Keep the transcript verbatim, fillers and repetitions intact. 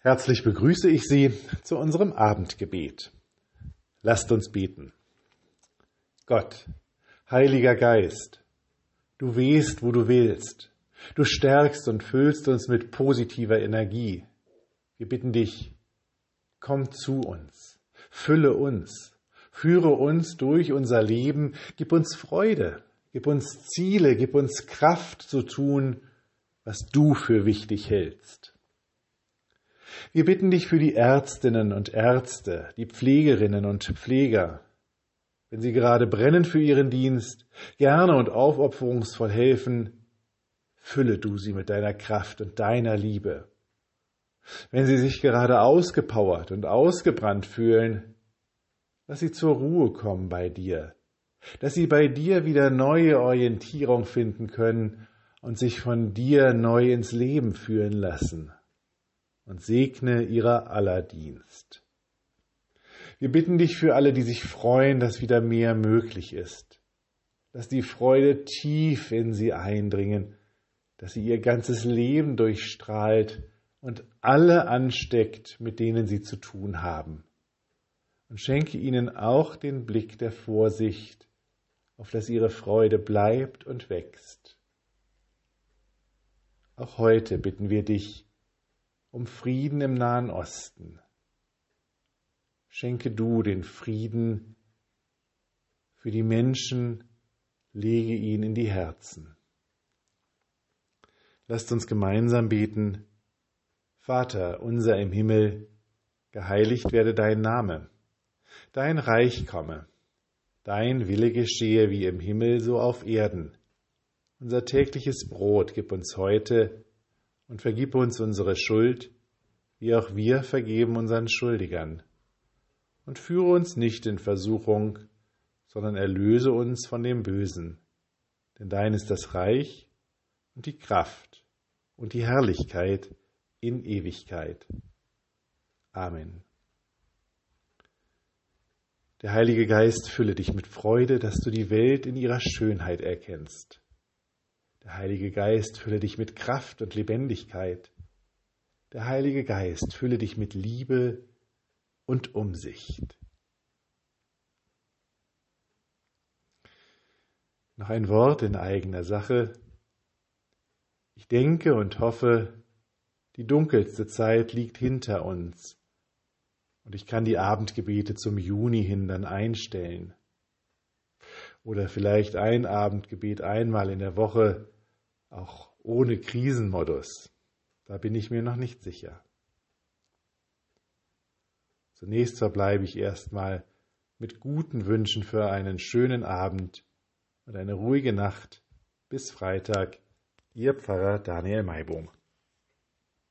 Herzlich begrüße ich Sie zu unserem Abendgebet. Lasst uns beten. Gott, Heiliger Geist, du wehst, wo du willst. Du stärkst und füllst uns mit positiver Energie. Wir bitten dich, komm zu uns, fülle uns, führe uns durch unser Leben, gib uns Freude, gib uns Ziele, gib uns Kraft zu tun, was du für wichtig hältst. Wir bitten dich für die Ärztinnen und Ärzte, die Pflegerinnen und Pfleger, wenn sie gerade brennen für ihren Dienst, gerne und aufopferungsvoll helfen, fülle du sie mit deiner Kraft und deiner Liebe. Wenn sie sich gerade ausgepowert und ausgebrannt fühlen, lass sie zur Ruhe kommen bei dir, dass sie bei dir wieder neue Orientierung finden können und sich von dir neu ins Leben führen lassen. Und segne ihrer aller Dienst. Wir bitten dich für alle, die sich freuen, dass wieder mehr möglich ist, dass die Freude tief in sie eindringen, dass sie ihr ganzes Leben durchstrahlt und alle ansteckt, mit denen sie zu tun haben. Und schenke ihnen auch den Blick der Vorsicht, auf dass ihre Freude bleibt und wächst. Auch heute bitten wir dich um Frieden im Nahen Osten. Schenke du den Frieden für die Menschen, lege ihn in die Herzen. Lasst uns gemeinsam beten. Vater unser im Himmel, geheiligt werde dein Name. Dein Reich komme. Dein Wille geschehe wie im Himmel, so auf Erden. Unser tägliches Brot gib uns heute und vergib uns unsere Schuld, wie auch wir vergeben unseren Schuldigern. Und führe uns nicht in Versuchung, sondern erlöse uns von dem Bösen. Denn dein ist das Reich und die Kraft und die Herrlichkeit in Ewigkeit. Amen. Der Heilige Geist fülle dich mit Freude, dass du die Welt in ihrer Schönheit erkennst. Der Heilige Geist fülle dich mit Kraft und Lebendigkeit. Der Heilige Geist fülle dich mit Liebe und Umsicht. Noch ein Wort in eigener Sache. Ich denke und hoffe, die dunkelste Zeit liegt hinter uns und ich kann die Abendgebete zum Juni hin dann einstellen. Oder vielleicht ein Abendgebet einmal in der Woche, auch ohne Krisenmodus. Da bin ich mir noch nicht sicher. Zunächst verbleibe ich erstmal mit guten Wünschen für einen schönen Abend und eine ruhige Nacht. Bis Freitag, Ihr Pfarrer Daniel Maibohm.